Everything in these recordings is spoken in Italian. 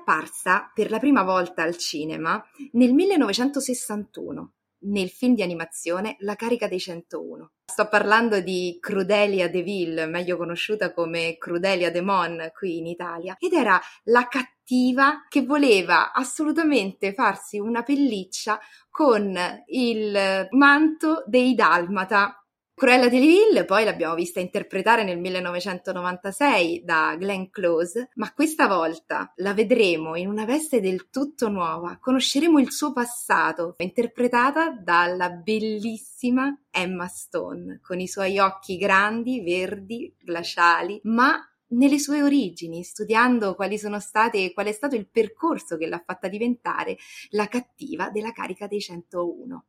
apparsa per la prima volta al cinema nel 1961 nel film di animazione La carica dei 101. Sto parlando di Crudelia de Vil, meglio conosciuta come Crudelia de Mon qui in Italia, ed era la cattiva che voleva assolutamente farsi una pelliccia con il manto dei Dalmata. Cruella de Vil poi l'abbiamo vista interpretare nel 1996 da Glenn Close, ma questa volta la vedremo in una veste del tutto nuova, conosceremo il suo passato, interpretata dalla bellissima Emma Stone, con i suoi occhi grandi, verdi, glaciali, ma nelle sue origini, studiando quali sono state e qual è stato il percorso che l'ha fatta diventare la cattiva della carica dei 101.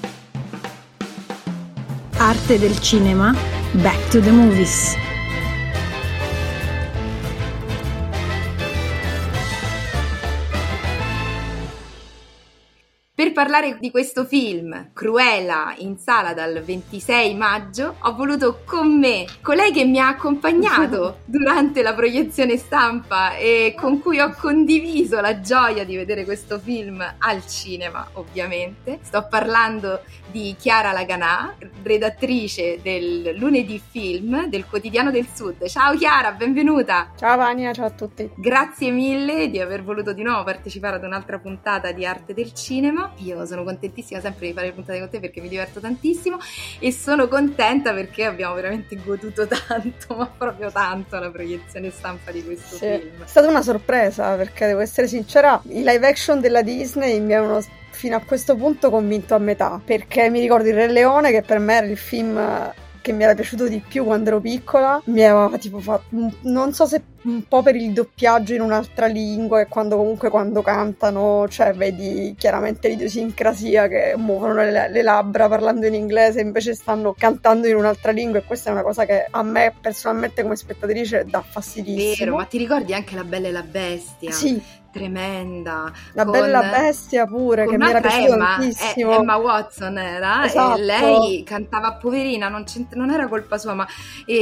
Arte del cinema, Back to the Movies. Per parlare di questo film, Cruella, in sala dal 26 maggio, ho voluto con me colei che mi ha accompagnato durante la proiezione stampa e con cui ho condiviso la gioia di vedere questo film al cinema, ovviamente. Sto parlando di Chiara Laganà, redattrice del Lunedì Film del Quotidiano del Sud. Ciao Chiara, benvenuta! Ciao Vania, ciao a tutti! Grazie mille di aver voluto di nuovo partecipare ad un'altra puntata di Arte del Cinema. Io sono contentissima sempre di fare le puntate con te perché mi diverto tantissimo e sono contenta perché abbiamo veramente goduto tanto, ma proprio tanto, la proiezione stampa di questo film. È stata una sorpresa perché, devo essere sincera, i live action della Disney mi avevano fino a questo punto convinto a metà, perché mi ricordo Il Re Leone, che per me era il film che mi era piaciuto di più quando ero piccola, mi aveva tipo fatto, non so se un po' per il doppiaggio in un'altra lingua, e quando cantano, cioè vedi chiaramente l'idiosincrasia che muovono le labbra parlando in inglese, invece stanno cantando in un'altra lingua, e questa è una cosa che a me personalmente come spettatrice dà fastidissimo. Vero, ma ti ricordi anche La Bella e la Bestia? Sì. Tremenda. La Bella e la Bestia pure, che mi era piaciuto tantissimo. Emma Watson era, esatto. E lei cantava poverina, non era colpa sua, ma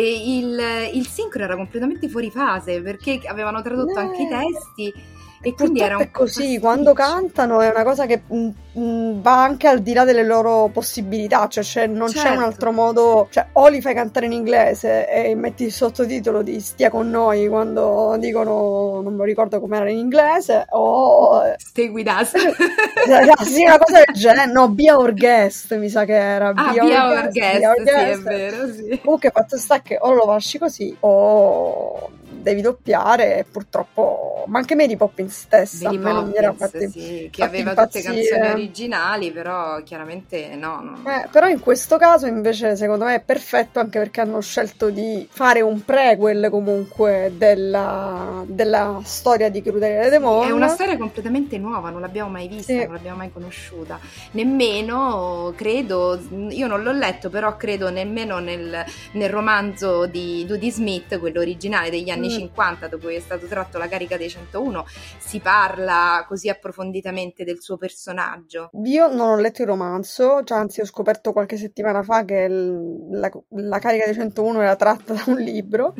il sincro era completamente fuori fase, perché avevano tradotto anche i testi. E quindi era un così, pasticcio. quando cantano è una cosa che va anche al di là delle loro possibilità, cioè non c'è un altro modo, cioè o li fai cantare in inglese e metti il sottotitolo di Stia con noi quando dicono, non mi ricordo come era in inglese, o Stay with us. Sì, una cosa del genere, no, Be Our Guest mi sa che era. Be Our Guest, sì, è vero, sì. Comunque fatto sta che o lo lasci così o devi doppiare, e purtroppo, ma anche Mary Poppins stessa, Mary a me non mi era fatti, sì, che aveva tutte canzoni originali, però chiaramente no. Però in questo caso invece secondo me è perfetto, anche perché hanno scelto di fare un prequel comunque della storia di Crudelia de Mon. È una storia completamente nuova, non l'abbiamo mai vista, non l'abbiamo mai conosciuta, nemmeno credo, io non l'ho letto, però credo nemmeno nel romanzo di Dodie Smith, quello originale degli anni 50, da cui è stato tratto La carica dei 101, si parla così approfonditamente del suo personaggio. Io non ho letto il romanzo, cioè, anzi ho scoperto qualche settimana fa che la carica dei 101 era tratta da un libro,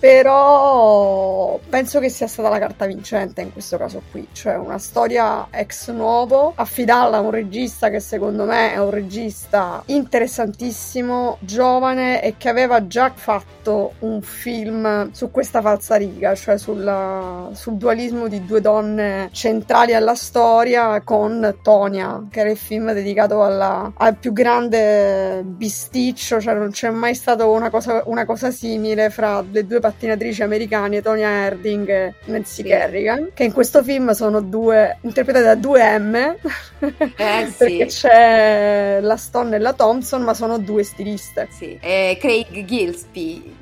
però penso che sia stata la carta vincente in questo caso qui, cioè una storia ex novo, affidarla a un regista che secondo me è un regista interessantissimo, giovane, e che aveva già fatto un film su questa falsariga, cioè sul dualismo di due donne centrali alla storia, con Tonya, che era il film dedicato al più grande bisticcio, cioè non c'è mai stato una cosa simile fra le due pattinatrici americane, Tonya Harding e Nancy Kerrigan, che in questo film sono due interpretate da due M, perché c'è la Stone e la Thompson, ma sono due stiliste. Sì. Craig Gillespie,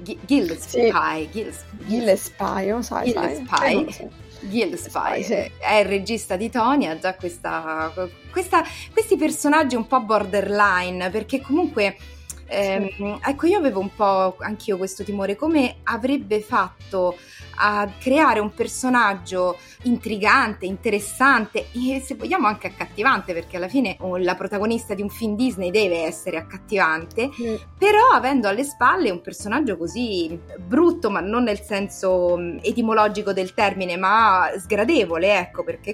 è il regista di Tonya, già questi personaggi un po' borderline, perché comunque ecco, io avevo un po' anch'io questo timore, come avrebbe fatto a creare un personaggio intrigante, interessante e se vogliamo anche accattivante, perché alla fine la protagonista di un film Disney deve essere accattivante, però avendo alle spalle un personaggio così brutto, ma non nel senso etimologico del termine, ma sgradevole, ecco, perché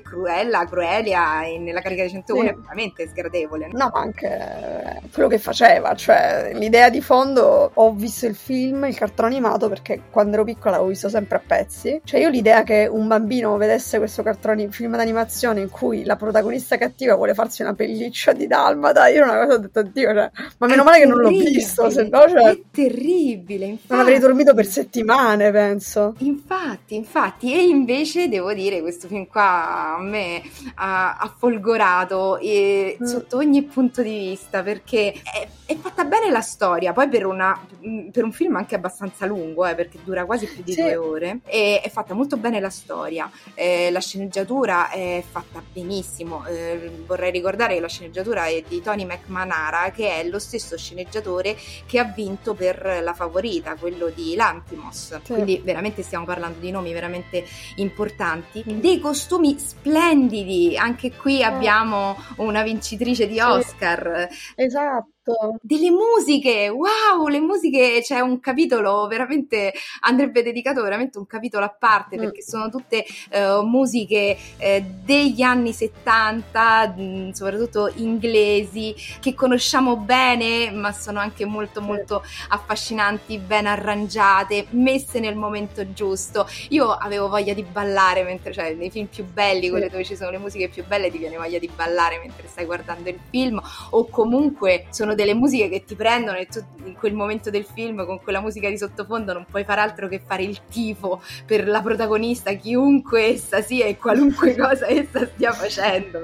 Cruelia nella Carica dei 101 è veramente sgradevole. No, ma anche quello che faceva, cioè l'idea di fondo, ho visto il film, il cartone animato, perché quando ero piccola l'avevo visto sempre a pezzi, cioè io l'idea che un bambino vedesse questo film d'animazione in cui la protagonista cattiva vuole farsi una pelliccia di dalmata, io una cosa ho detto, Dio, cioè, ma meno male che non l'ho visto, se no, cioè, è terribile, infatti. Non avrei dormito per settimane, penso. Infatti, e invece devo dire, questo film qua a me ha folgorato sotto ogni punto di vista, perché è fatta bene la storia, poi per un film anche abbastanza lungo, perché dura quasi più di 2 ore, e è fatta molto bene la storia, la sceneggiatura è fatta benissimo, vorrei ricordare che la sceneggiatura è di Tony McManara, che è lo stesso sceneggiatore che ha vinto per La Favorita, quello di Lanthimos, quindi veramente stiamo parlando di nomi veramente importanti, dei costumi splendidi, anche qui abbiamo una vincitrice di Oscar. Esatto. Delle musiche, wow, le musiche, c'è un capitolo veramente, andrebbe dedicato veramente un capitolo a parte, perché sono tutte musiche degli anni 70, soprattutto inglesi, che conosciamo bene, ma sono anche molto molto affascinanti, ben arrangiate, messe nel momento giusto. Io avevo voglia di ballare mentre, cioè nei film più belli, quelli dove ci sono le musiche più belle, ti viene voglia di ballare mentre stai guardando il film, o comunque sono delle musiche che ti prendono e tu in quel momento del film con quella musica di sottofondo non puoi fare altro che fare il tifo per la protagonista, chiunque essa sia e qualunque cosa essa stia facendo.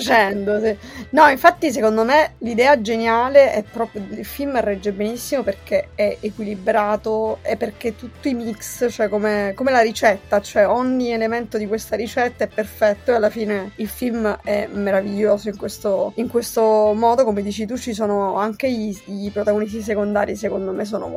Sì. No, infatti secondo me l'idea geniale è proprio, il film regge benissimo perché è equilibrato e perché tutti i mix, cioè come la ricetta, cioè ogni elemento di questa ricetta è perfetto e alla fine il film è meraviglioso in questo modo. Come dici tu, ci sono anche i protagonisti secondari, secondo me sono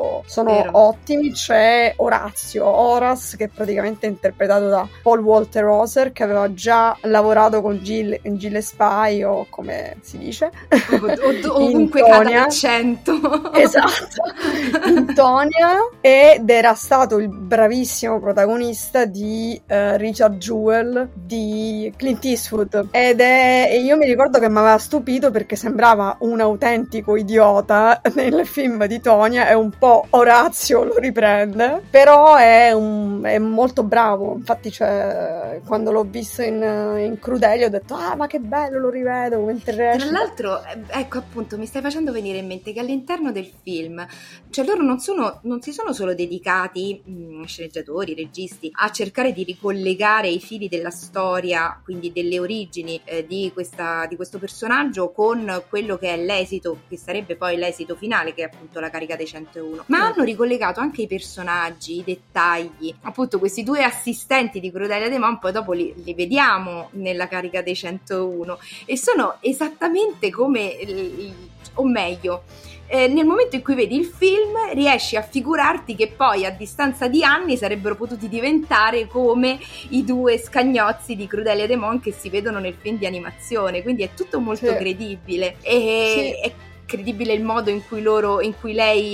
ottimi. C'è Horace, che è praticamente interpretato da Paul Walter Hauser, che aveva già lavorato con Jill e Spy, o come si dice ovunque cada l'accento. Esatto, in Tonya, ed era stato il bravissimo protagonista di Richard Jewell di Clint Eastwood, e io mi ricordo che mi aveva stupito perché sembrava un autentico idiota nel film di Tonya, è un po' Orazio, lo riprende, però è molto bravo. Infatti, cioè, quando l'ho visto in Crudelia ho detto ma che bello, lo rivedo mentre recita. Tra l'altro, ecco, appunto, mi stai facendo venire in mente che all'interno del film, cioè loro non si sono solo dedicati, sceneggiatori, registi, a cercare di ricollegare i fili della storia, quindi delle origini di questo personaggio con quello che è l'esito, che sarebbe poi l'esito finale, che è appunto la Carica dei 101, ma hanno ricollegato anche i personaggi, i dettagli. Appunto, questi 2 assistenti di Crudelia De Mon poi dopo li vediamo nella Carica dei 101 e sono esattamente come, o meglio, nel momento in cui vedi il film riesci a figurarti che poi a distanza di anni sarebbero potuti diventare come i 2 scagnozzi di Crudelia De Mon che si vedono nel film di animazione, quindi è tutto molto credibile, è credibile il modo in cui lei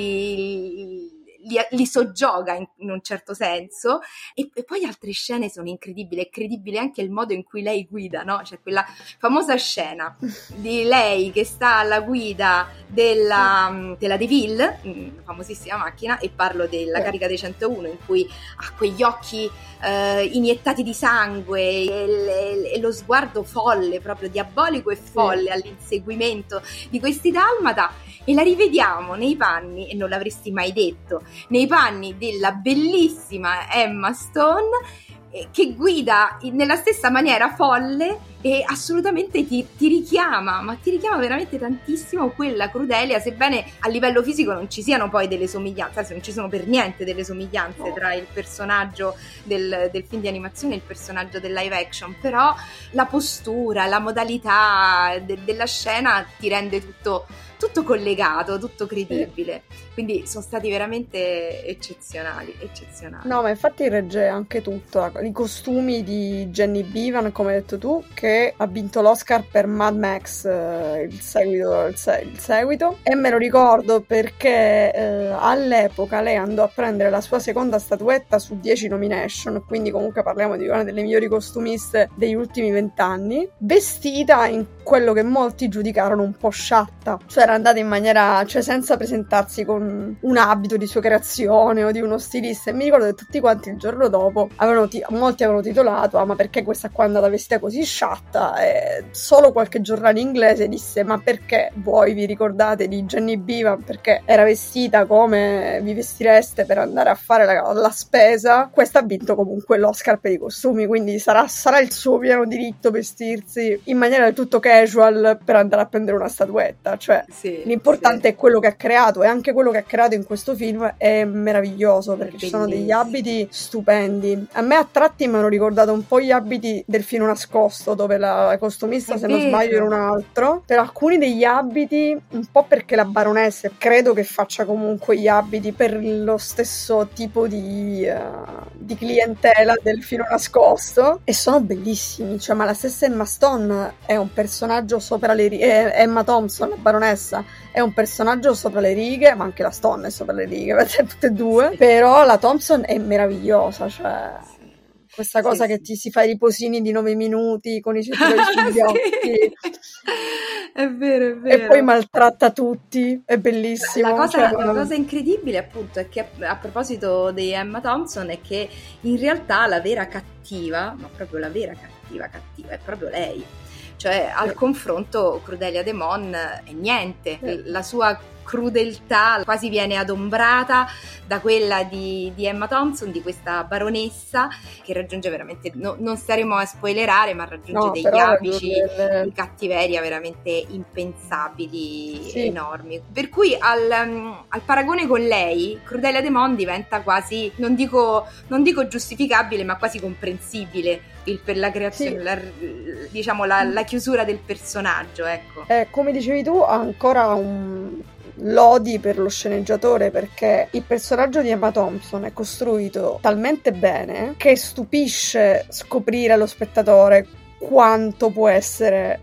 li soggioga in un certo senso, e poi altre scene sono incredibili. È credibile anche il modo in cui lei guida, no? C'è quella famosa scena di lei che sta alla guida della DeVille, famosissima macchina, e parlo della Carica dei 101, in cui ha quegli occhi iniettati di sangue e lo sguardo folle, proprio diabolico e folle all'inseguimento di questi dalmata, e la rivediamo nei panni, e non l'avresti mai detto, nei panni della bellissima Emma Stone, che guida nella stessa maniera folle e assolutamente ti richiama, ma ti richiama veramente tantissimo quella Crudelia, sebbene a livello fisico non ci siano poi delle somiglianze, anzi non ci sono per niente delle somiglianze tra il personaggio del film di animazione e il personaggio del live action, però la postura, la modalità della scena ti rende tutto collegato, tutto credibile, quindi sono stati veramente eccezionali. No, ma infatti regge anche tutto, i costumi di Jenny Beavan, come hai detto tu, che ha vinto l'Oscar per Mad Max, il seguito, e me lo ricordo perché all'epoca lei andò a prendere la sua seconda statuetta su 10 nomination, quindi comunque parliamo di una delle migliori costumiste degli ultimi 20 anni, vestita in quello che molti giudicarono un po' sciatta, cioè era andata in maniera, cioè senza presentarsi con un abito di sua creazione o di uno stilista, e mi ricordo che tutti quanti il giorno dopo molti avevano titolato ma perché questa qua è andata vestita così sciatta, e solo qualche giornale inglese disse ma perché voi vi ricordate di Jenny Beavan perché era vestita come vi vestireste per andare a fare la spesa. Questa ha vinto comunque l'Oscar per i costumi, quindi sarà il suo pieno diritto vestirsi in maniera del tutto casual per andare a prendere una statuetta, cioè l'importante è quello che ha creato, e anche quello che ha creato in questo film è meraviglioso perché ci sono degli abiti stupendi. A me a tratti mi hanno ricordato un po' gli abiti del Filo nascosto, dove la costumista, se non sbaglio, era un altro, però alcuni degli abiti, un po' perché la baronessa credo che faccia comunque gli abiti per lo stesso tipo di clientela del Filo nascosto, e sono bellissimi, cioè, ma la stessa Emma Stone è un personaggio sopra le righe, Emma Thompson, la baronessa, è un personaggio sopra le righe, ma anche la Stone è sopra le righe, tutte e due, però la Thompson è meravigliosa, cioè questa cosa che ti si fa i riposini di 9 minuti con i cetrioli sugli occhi. È vero. E poi maltratta tutti, è bellissimo. La cosa incredibile appunto è che a proposito di Emma Thompson è che in realtà la vera cattiva, ma proprio la vera cattiva è proprio lei. Cioè al confronto Crudelia De Mon è niente, la sua crudeltà quasi viene adombrata da quella di Emma Thompson, di questa baronessa che raggiunge veramente, non staremo a spoilerare, ma raggiunge degli apici di cattiveria veramente impensabili, enormi, per cui al paragone con lei Crudelia De Mon diventa quasi, non dico giustificabile, ma quasi comprensibile per la creazione, la chiusura del personaggio, ecco. Come dicevi tu, ha ancora lodi per lo sceneggiatore, perché il personaggio di Emma Thompson è costruito talmente bene che stupisce scoprire allo spettatore quanto può essere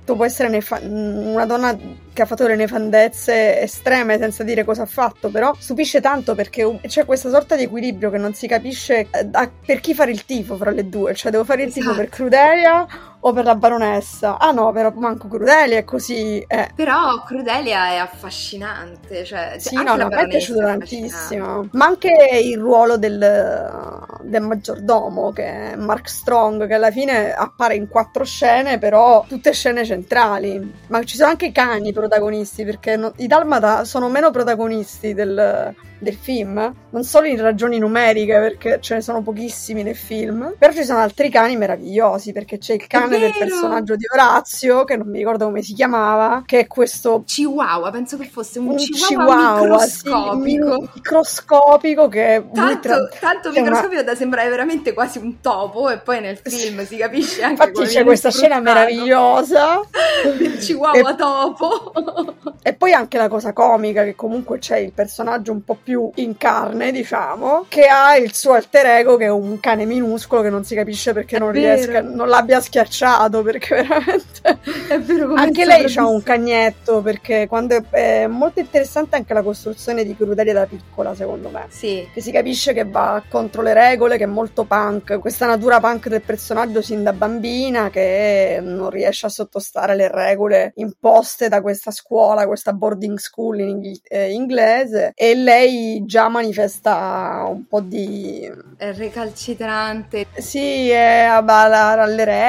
una donna che ha fatto delle nefandezze estreme senza dire cosa ha fatto, però stupisce tanto perché c'è questa sorta di equilibrio che non si capisce per chi fare il tifo fra le due, cioè devo fare il tifo per Crudelia o per la baronessa. Ah no, però manco Crudelia è così. Però Crudelia è affascinante, cioè sì, no, a me è piaciuto tantissimo. Ma anche il ruolo del maggiordomo, che è Mark Strong, che alla fine appare in 4 scene, però tutte scene centrali. Ma ci sono anche i cani protagonisti, perché i Dalmata sono meno protagonisti del film, non solo in ragioni numeriche, perché ce ne sono pochissimi nel film, però ci sono altri cani meravigliosi, perché c'è il cane del personaggio di Orazio, che non mi ricordo come si chiamava, che è questo Chihuahua, penso che fosse un chihuahua microscopico, che tanto microscopico da sembrare veramente quasi un topo, e poi nel film si capisce anche. Infatti c'è questa scena meravigliosa il chihuahua topo. E poi anche la cosa comica, che comunque c'è il personaggio un po' più in carne, diciamo, che ha il suo alter ego, che è un cane minuscolo che non si capisce perché non l'abbia schiacciato, perché veramente è vero, anche lei c'ha un cagnetto, perché quando è molto interessante anche la costruzione di Crudelia da piccola, secondo me, che si capisce che va contro le regole, che è molto punk, questa natura punk del personaggio sin da bambina, che non riesce a sottostare le regole imposte da questa scuola, questa boarding school inglese, e lei già manifesta un po' di... È recalcitrante. Sì, è a ballare alle regole,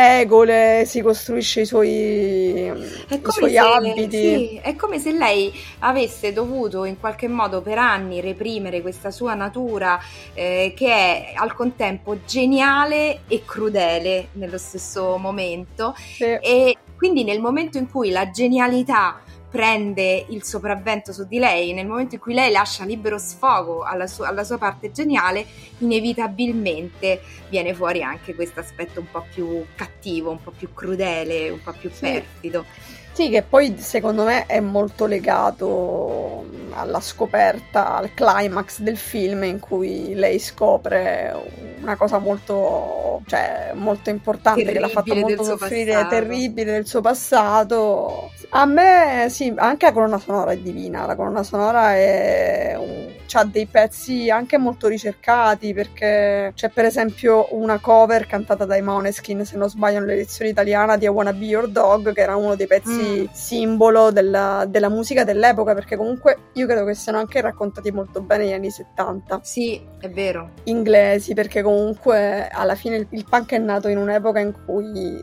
favole, si costruisce i suoi abiti. Sì, è come se lei avesse dovuto in qualche modo per anni reprimere questa sua natura che è al contempo geniale e crudele nello stesso momento. Sì. E quindi nel momento in cui la genialità prende il sopravvento su di lei, nel momento in cui lei lascia libero sfogo alla sua parte geniale, inevitabilmente viene fuori anche questo aspetto un po' più cattivo, un po' più crudele, un po' più perfido. Sì, che poi secondo me è molto legato alla scoperta, al climax del film, in cui lei scopre una cosa molto importante, terribile, che l'ha fatta molto soffrire, terribile del suo passato. A me sì, anche la colonna sonora è divina, la colonna sonora c'ha dei pezzi anche molto ricercati, perché c'è per esempio una cover cantata dai Måneskin, se non sbaglio nell'edizione italiana, di I Wanna Be Your Dog, che era uno dei pezzi simbolo della musica dell'epoca, perché comunque io credo che siano anche raccontati molto bene gli anni 70. Sì, è vero. Inglesi, perché comunque alla fine il punk è nato in un'epoca in cui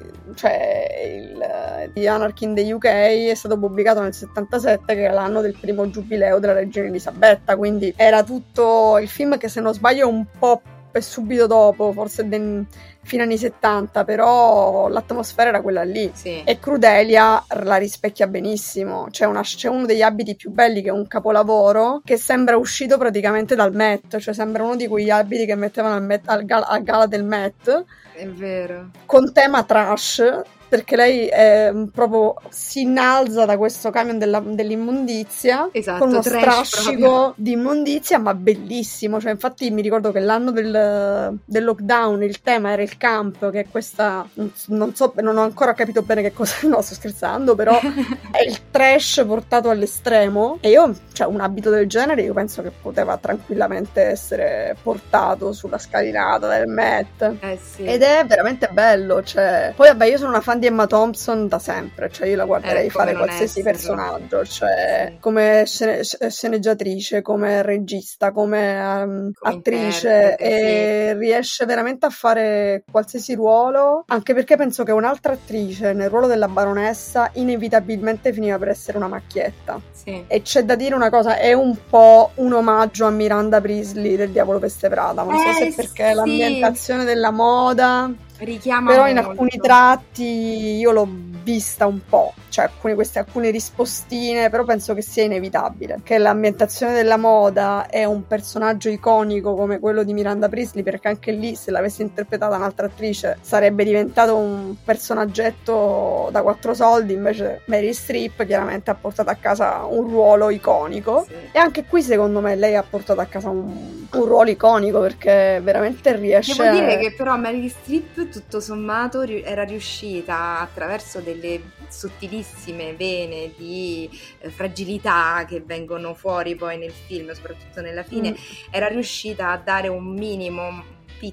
The Anarchy in the UK è stato pubblicato nel 77, che è l'anno del primo giubileo della regina Elisabetta, quindi era tutto il film, che se non sbaglio un po' subito dopo, forse fino anni 70, però l'atmosfera era quella lì. Sì. E Crudelia la rispecchia benissimo. C'è uno degli abiti più belli, che è un capolavoro, che sembra uscito praticamente dal Met, cioè sembra uno di quegli abiti che mettevano al gala del Met. È vero. Con tema trash, perché lei proprio si innalza da questo camion dell'immondizia, esatto, con uno strascico proprio di immondizia, ma bellissimo. Cioè, infatti mi ricordo che l'anno del lockdown il tema era il camp, che è questa, non ho ancora capito bene che cosa, no, sto scherzando, però è il trash portato all'estremo, e io, cioè, un abito del genere io penso che poteva tranquillamente essere portato sulla scalinata del Met. Sì. Ed è veramente bello, cioè. Poi vabbè, io sono una fan di Emma Thompson da sempre, cioè io la guarderei fare qualsiasi personaggio, cioè sì, come sceneggiatrice, come regista, come attrice, e sì, riesce veramente a fare qualsiasi ruolo, anche perché penso che un'altra attrice nel ruolo della baronessa inevitabilmente finiva per essere una macchietta. Sì. E c'è da dire una cosa, è un po' un omaggio a Miranda Priestly del Diavolo Veste Prada, non so se perché sì, l'ambientazione della moda richiama però molto. In alcuni tratti io l'ho vista un po', cioè alcune rispostine, però penso che sia inevitabile, che l'ambientazione della moda è un personaggio iconico come quello di Miranda Priestly, perché anche lì, se l'avesse interpretata un'altra attrice, sarebbe diventato un personaggetto da 4 soldi. Invece Meryl Streep chiaramente ha portato a casa un ruolo iconico, sì, e anche qui secondo me lei ha portato a casa un ruolo iconico, perché veramente riesce. Devo dire che però Meryl Streep tutto sommato era riuscita, attraverso delle sottilissime vene di fragilità che vengono fuori poi nel film, soprattutto nella fine, era riuscita a dare un minimo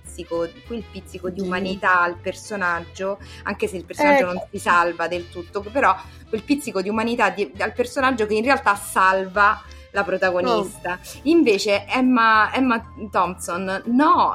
quel pizzico di umanità al personaggio, anche se il personaggio non si salva del tutto, però quel pizzico di umanità al personaggio che in realtà salva la protagonista. Invece Emma Thompson no,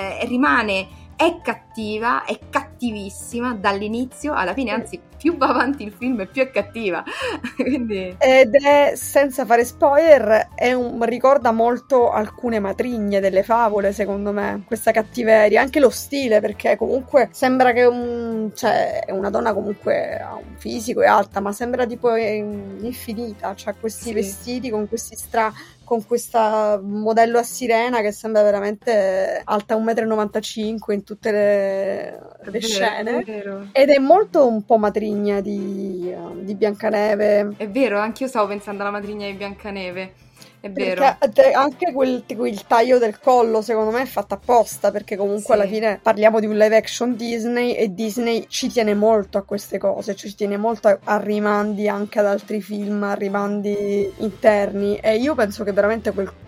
è cattiva, è cattivissima dall'inizio alla fine, anzi più va avanti il film più è cattiva. Quindi. Ed è, senza fare spoiler, ricorda molto alcune matrigne delle favole, secondo me, questa cattiveria, anche lo stile, perché comunque sembra che è una donna, comunque ha un fisico, è alta, ma sembra tipo infinita, cioè questi vestiti con questi con questo modello a sirena che sembra veramente alta 1,95 m in tutte le scene. Ed è molto un po' matrigna di Biancaneve. È vero, anch'io stavo pensando alla matrigna di Biancaneve. È vero. Perché anche quel taglio del collo secondo me è fatto apposta, perché comunque alla fine parliamo di un live action Disney, e Disney ci tiene molto a queste cose, cioè ci tiene molto a rimandi anche ad altri film, a rimandi interni, e io penso che veramente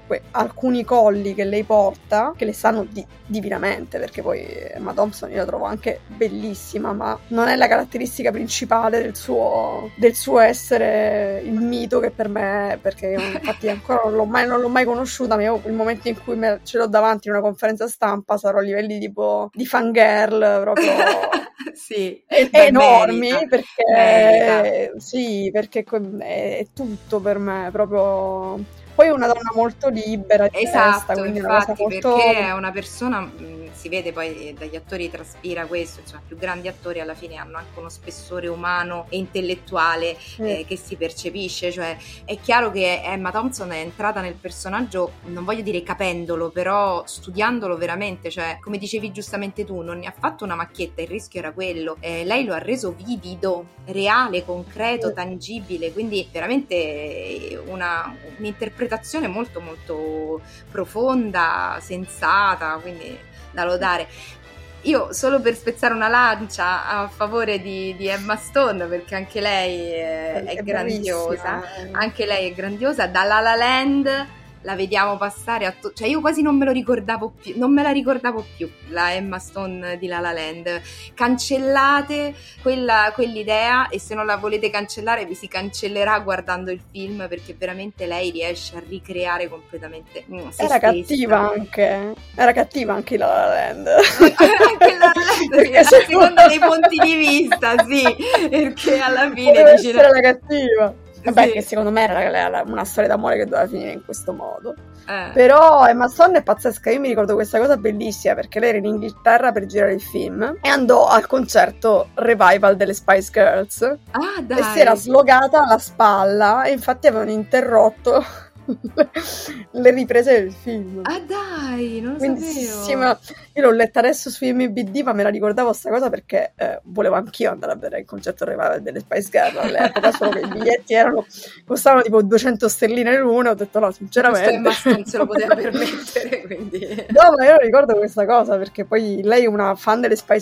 comunque alcuni colli che lei porta, che le stanno divinamente, perché poi Emma Thompson io la trovo anche bellissima, ma non è la caratteristica principale del suo essere il mito che per me è, perché io infatti ancora non l'ho mai conosciuta, ma io il momento in cui ce l'ho davanti in una conferenza stampa sarò a livelli tipo di fangirl proprio sì, enormi, merita, perché merita. sì, perché è tutto per me, proprio. Poi è una donna molto libera di testa, Esatto, quindi è una cosa infatti, molto. perché è una persona, si vede poi dagli attori traspira questo, insomma, i più grandi attori alla fine hanno anche uno spessore umano e intellettuale che si percepisce, cioè è chiaro che Emma Thompson è entrata nel personaggio, non voglio dire capendolo, però studiandolo veramente, cioè come dicevi giustamente tu, non ne ha fatto una macchietta, il rischio era quello, lei lo ha reso vivido, reale, concreto, tangibile, quindi veramente un'interpretazione molto molto profonda, sensata, quindi da lodare. Io solo per spezzare una lancia a favore di Emma Stone, perché anche lei è grandiosa, anche lei è grandiosa, da La La Land la vediamo passare cioè io quasi non me la ricordavo più la Emma Stone di La La Land. Cancellate quell'idea, e se non la volete cancellare vi si cancellerà guardando il film, perché veramente lei riesce a ricreare completamente se era cattiva anche La La Land. Anche La La Land sì, a seconda dei punti di vista, sì, perché alla fine poteva essere la cattiva. Vabbè, sì, che secondo me era una storia d'amore che doveva finire in questo modo. Però Emma Stone è pazzesca. Io mi ricordo questa cosa bellissima, perché lei era in Inghilterra per girare il film e andò al concerto revival delle Spice Girls. Dai. E si era slogata la spalla, e infatti avevano interrotto le riprese del film. Dai, non lo quindi, sapevo. Sì, ma io l'ho letta adesso su IMDb, ma me la ricordavo sta cosa perché volevo anch'io andare a vedere il concerto revival delle Spice Girls all'epoca, solo che i biglietti costavano tipo 200 sterline l'uno. Ho detto no, sinceramente non se lo poteva permettere, quindi no, ma io ricordo questa cosa perché poi lei è una fan delle Spice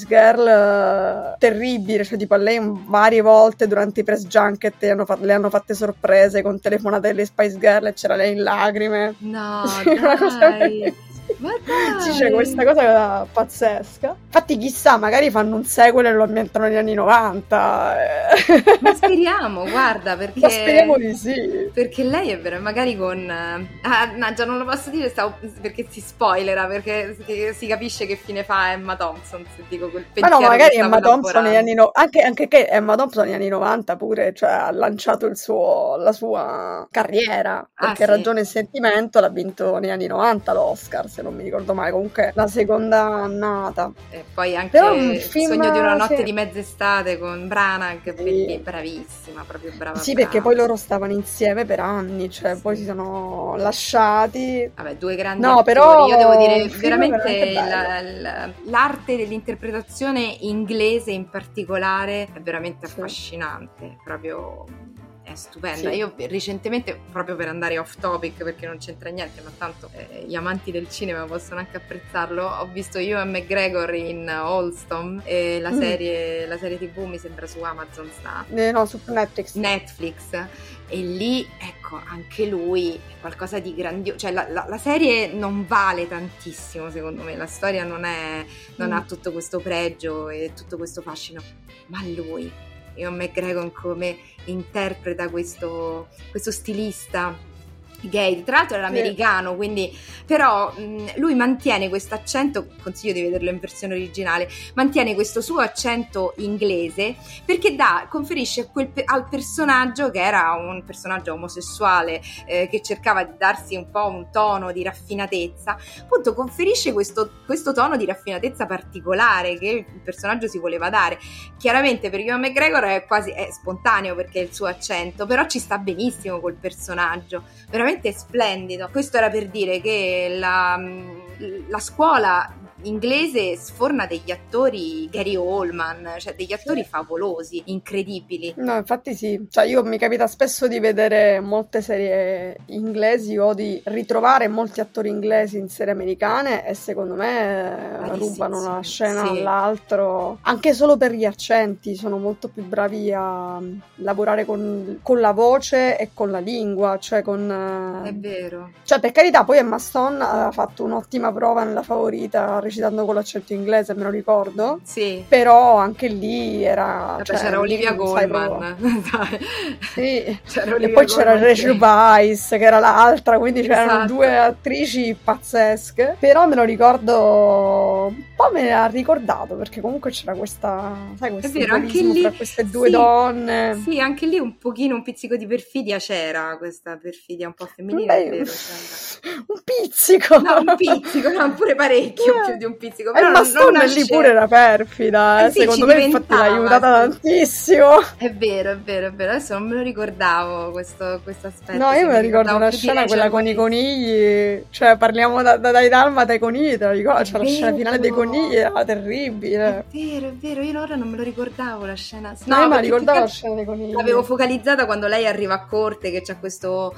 Girl terribile, cioè tipo a lei varie volte durante i press junket le hanno fatte sorprese con telefonate delle Spice Girl e c'era lei in lacrime. No, dai. Ma dai. Sì, c'è questa cosa pazzesca. Infatti chissà, magari fanno un sequel e lo ambientano negli anni 90. Ma speriamo, guarda, perché ma speriamo di sì. Perché lei è vera, magari con no, già non lo posso dire, perché si spoilera, perché si capisce che fine fa Emma Thompson, se dico quel pensiero. Ma no, magari Emma Thompson negli anni anche che Emma Thompson negli anni 90 pure, cioè ha lanciato la sua carriera, perché sì. Ragione e Sentimento l'ha vinto negli anni 90 l'Oscar, se non mi ricordo male, comunque la seconda annata. E poi anche Il Sogno di una notte di mezz'estate con Branagh, sì. Bravissima, proprio brava. Sì, perché poi loro stavano insieme per anni, cioè sì. Poi si sono lasciati. Vabbè, due grandi attori. Però io devo dire veramente l'arte dell'interpretazione inglese in particolare è veramente affascinante, proprio è stupenda. Sì. Io recentemente, proprio per andare off topic perché non c'entra niente, ma tanto gli amanti del cinema possono anche apprezzarlo, ho visto Ewan McGregor in Alstom, la serie TV mi sembra su Amazon sta. No, su Netflix. E lì, ecco, anche lui è qualcosa di grandioso, cioè la serie non vale tantissimo secondo me, la storia non ha tutto questo pregio e tutto questo fascino, ma lui, Ewan McGregor, come interpreta questo stilista gay, tra l'altro era americano, quindi però lui mantiene questo accento, consiglio di vederlo in versione originale, mantiene questo suo accento inglese perché conferisce al personaggio, che era un personaggio omosessuale che cercava di darsi un po' un tono di raffinatezza, appunto conferisce questo tono di raffinatezza particolare che il personaggio si voleva dare. Chiaramente per Ewan McGregor è spontaneo perché è il suo accento, però ci sta benissimo col personaggio, veramente splendido. Questo era per dire che la scuola inglese sforna degli attori, Gary Oldman, cioè degli attori favolosi, incredibili. No, infatti sì, cioè io mi capita spesso di vedere molte serie inglesi o di ritrovare molti attori inglesi in serie americane e secondo me rubano una scena all'altro, anche solo per gli accenti, sono molto più bravi a lavorare con la voce e con la lingua, cioè con... È vero. Cioè per carità, poi Emma Stone aveva fatto un'ottima prova nella Favorita recitando con l'accento inglese, me lo ricordo. Sì. Però anche lì era... Vabbè, cioè, c'era Olivia Colman. Sì. C'era Olivia e poi c'era Rachel Weisz, che era l'altra, quindi c'erano due attrici pazzesche. Però me lo ricordo... un po' me l'ha ricordato, perché comunque c'era questa... sai, questo dualismo tra queste due donne. Sì, anche lì un pochino, un pizzico di perfidia c'era, questa perfidia un po' femminile, è vero. Un pizzico! No, un pizzico, no, pure parecchio più di un pizzico. Però ma Stone lì pure era perfida, sì, secondo me infatti l'ha aiutata tantissimo. È vero, adesso non me lo ricordavo questo aspetto. No, io me lo ricordo una scena, quella con i conigli, cioè parliamo dai Dalmata ai conigli, te la ricordo, c'è la scena finale dei conigli, era terribile. È vero, io ora non me lo ricordavo la scena. No, io me la ricordavo la scena dei conigli. L'avevo focalizzata quando lei arriva a corte, che c'è questo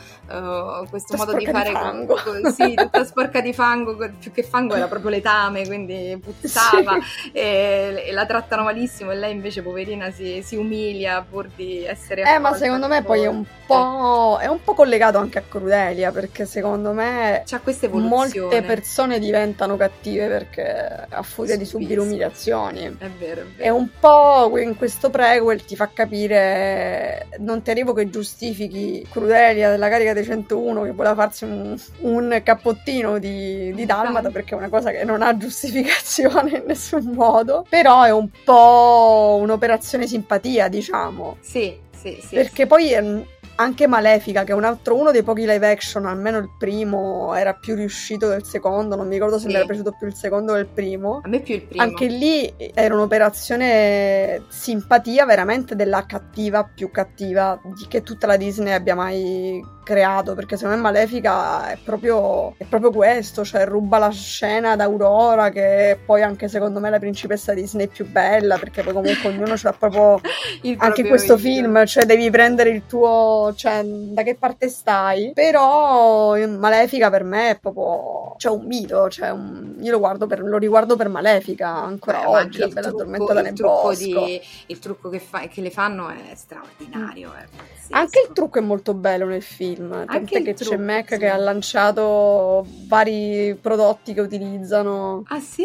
modo di fare sì, tutta sporca di fango, più che fango era proprio letame, quindi puzzava, sì. e la trattano malissimo e lei invece poverina si umilia pur di essere ma secondo me poi è un po' collegato anche a Crudelia, perché secondo me c'ha questa evoluzione. Molte persone diventano cattive perché a furia di subire umiliazioni. È vero. E un po' in questo prequel ti fa capire, non ti arrivo che giustifichi Crudelia della carica dei 101 che voleva farsi un cappottino di Dalmata, perché è una cosa che non ha giustificazione in nessun modo, però è un po' un'operazione simpatia, diciamo. Sì. Perché poi anche Malefica, che è uno dei pochi live action, almeno il primo era più riuscito del secondo, non mi ricordo se mi era piaciuto più il secondo o il primo. A me più il primo. Anche lì era un'operazione simpatia veramente della cattiva più cattiva che tutta la Disney abbia mai creato, perché secondo me Malefica è proprio questo, cioè ruba la scena ad Aurora, che poi anche secondo me la principessa Disney più bella, perché poi comunque ognuno c'ha proprio anche in questo film, cioè devi prendere il tuo, cioè da che parte stai. Però Malefica per me è proprio, cioè, un mito, cioè io lo riguardo per Malefica ancora oggi, la bella addormentata nel bosco. Il trucco che le fanno è straordinario, anche il trucco è molto bello nel film, tant'è che c'è Mac che ha lanciato vari prodotti che utilizzano. Ah sì?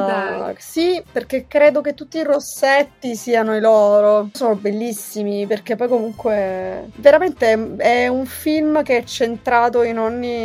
Sì, perché credo che tutti i rossetti siano i loro, sono bellissimi, perché poi comunque veramente è un film che è centrato in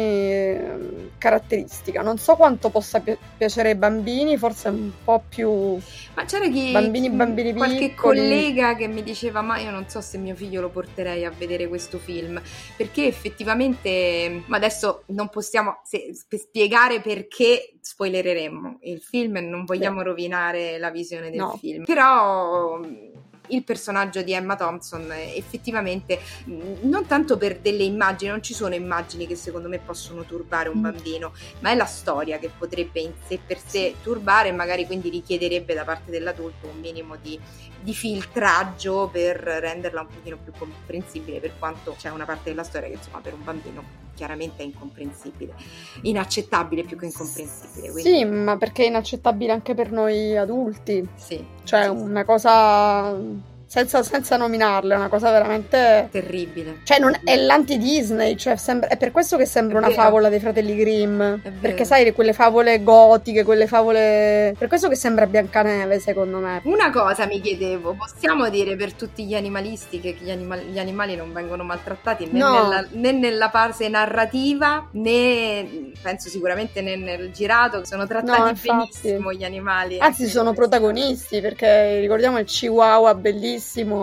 ogni caratteristica. Non so quanto possa piacere ai bambini, forse un po' più. Ma c'era bambini qualche piccoli. Collega che mi diceva: ma io non so se mio figlio lo porterei a vedere questo film, perché effettivamente, ma adesso non possiamo spiegare perché spoilereremo il film e non vogliamo rovinare la visione del film, però il personaggio di Emma Thompson effettivamente, non tanto per delle immagini, non ci sono immagini che secondo me possono turbare un bambino, ma è la storia che potrebbe in sé per sé turbare, e magari quindi richiederebbe da parte dell'adulto un minimo di filtraggio per renderla un pochino più comprensibile, per quanto c'è una parte della storia che insomma per un bambino chiaramente è incomprensibile, inaccettabile più che incomprensibile. Quindi. Sì, ma perché è inaccettabile anche per noi adulti. Sì. Cioè una cosa senza nominarle, è una cosa veramente terribile. Cioè non è l'anti-Disney, cioè è per questo che sembra una favola dei fratelli Grimm, perché sai, quelle favole gotiche, quelle favole, per questo che sembra Biancaneve, secondo me. Una cosa mi chiedevo, possiamo dire per tutti gli animalisti che gli animali non vengono maltrattati né nella fase narrativa, né penso sicuramente né nel girato, che sono trattati benissimo gli animali. Anzi, sono protagonisti, perché ricordiamo il Chihuahua bellissimo,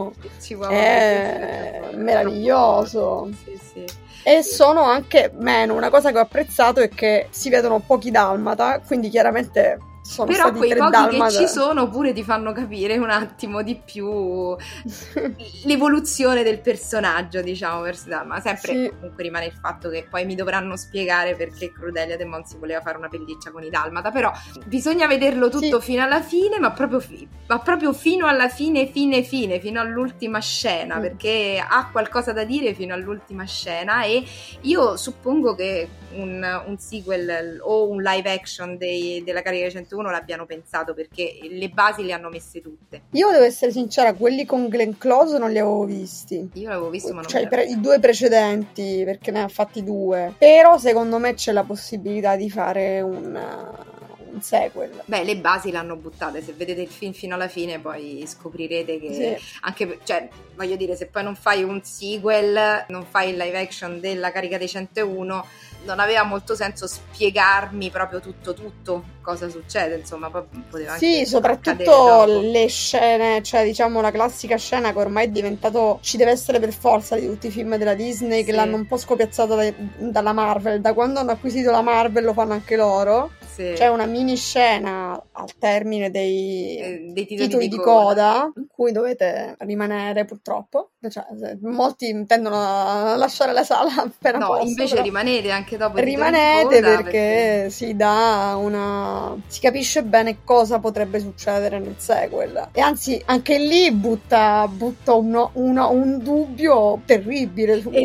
è meraviglioso. Sì. E sono anche meno, una cosa che ho apprezzato è che si vedono pochi dalmata, quindi chiaramente sono però stati quei 3 pochi dalmata. che ci sono pure ti fanno capire un attimo di più l'evoluzione del personaggio, diciamo, ma sempre Sì. comunque rimane il fatto che poi mi dovranno spiegare perché Crudelia De Monsi voleva fare una pelliccia con i dalmata, però bisogna vederlo tutto Sì. fino alla fine, ma proprio fino alla fine, fino all'ultima scena, perché ha qualcosa da dire fino all'ultima scena, e io suppongo che un sequel o un live action della Carica 101 l'abbiano pensato, perché le basi le hanno messe tutte. Io devo essere sincera, quelli con Glenn Close non li avevo visti. Io l'avevo visto, ma non cioè me i 2 precedenti, perché ne ha fatti 2. Però secondo me c'è la possibilità di fare un sequel. Beh, le basi l'hanno buttate, se vedete il film fino alla fine poi scoprirete che anche, cioè, voglio dire, se poi non fai un sequel, non fai il live action della Carica dei 101, non aveva molto senso spiegarmi proprio tutto cosa succede, insomma, poi poteva anche sì, accadere soprattutto dopo. le scene, cioè diciamo la classica scena che ormai è diventato, ci deve essere per forza di tutti i film della Disney, che l'hanno un po' scopiazzato dalla Marvel. Da quando hanno acquisito la Marvel lo fanno anche loro. C'è una mini scena al termine dei titoli di coda in cui dovete rimanere, purtroppo, cioè, molti tendono a lasciare la sala appena posso, invece però rimanete anche dopo i rimanete titoli di coda, perché si dà si capisce bene cosa potrebbe succedere nel sequel, e anzi anche lì butta un dubbio terribile su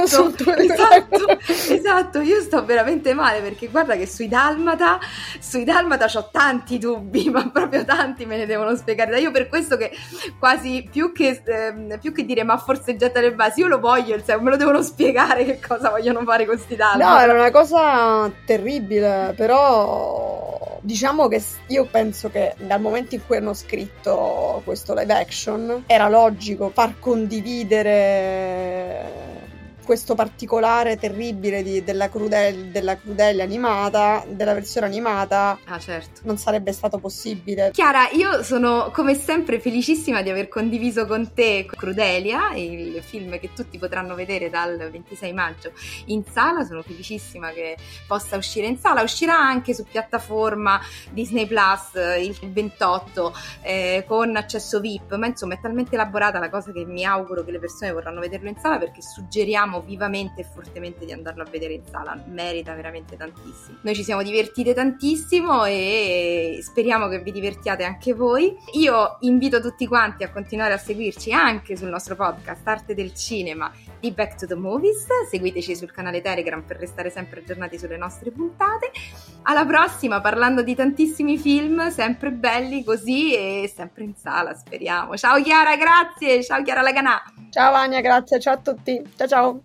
esatto, io sto veramente male, perché guarda che sui Dalmata c'ho tanti dubbi, ma proprio tanti, me ne devono spiegare. Io per questo che quasi più che dire ma forse getta le basi, io lo voglio, me lo devono spiegare che cosa vogliono fare con sti Dalmata. No, era una cosa terribile, però diciamo che io penso che dal momento in cui hanno scritto questo live action era logico far condividere questo particolare terribile della Crudelia animata, della versione animata. Certo. Non sarebbe stato possibile. Chiara, io sono come sempre felicissima di aver condiviso con te Crudelia, il film che tutti potranno vedere dal 26 maggio in sala. Sono felicissima che possa uscire in sala. Uscirà anche su piattaforma Disney Plus il 28 con accesso VIP, ma insomma è talmente elaborata la cosa che mi auguro che le persone vorranno vederlo in sala, perché suggeriamo vivamente e fortemente di andarlo a vedere in sala, merita veramente tantissimo. Noi ci siamo divertite tantissimo e speriamo che vi divertiate anche voi. Io invito tutti quanti a continuare a seguirci anche sul nostro podcast Arte del Cinema di Back to the Movies, seguiteci sul canale Telegram per restare sempre aggiornati sulle nostre puntate. Alla prossima, parlando di tantissimi film sempre belli così e sempre in sala, speriamo. Ciao Chiara, grazie, ciao Chiara Laganà. Ciao Vania, grazie, ciao a tutti, ciao.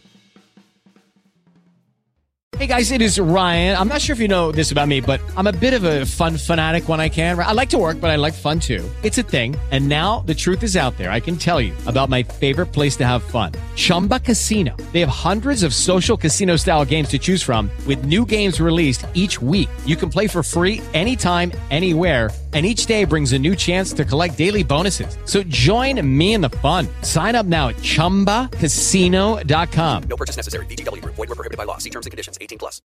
Hey guys, it is Ryan. I'm not sure if you know this about me, but I'm a bit of a fun fanatic when I can. I like to work, but I like fun too. It's a thing. And now the truth is out there. I can tell you about my favorite place to have fun. Chumba Casino. They have hundreds of social casino style games to choose from with new games released each week. You can play for free anytime, anywhere. And each day brings a new chance to collect daily bonuses. So join me in the fun. Sign up now at ChumbaCasino.com. No purchase necessary. VGW Group. Void where prohibited by law. See terms and conditions. 18+.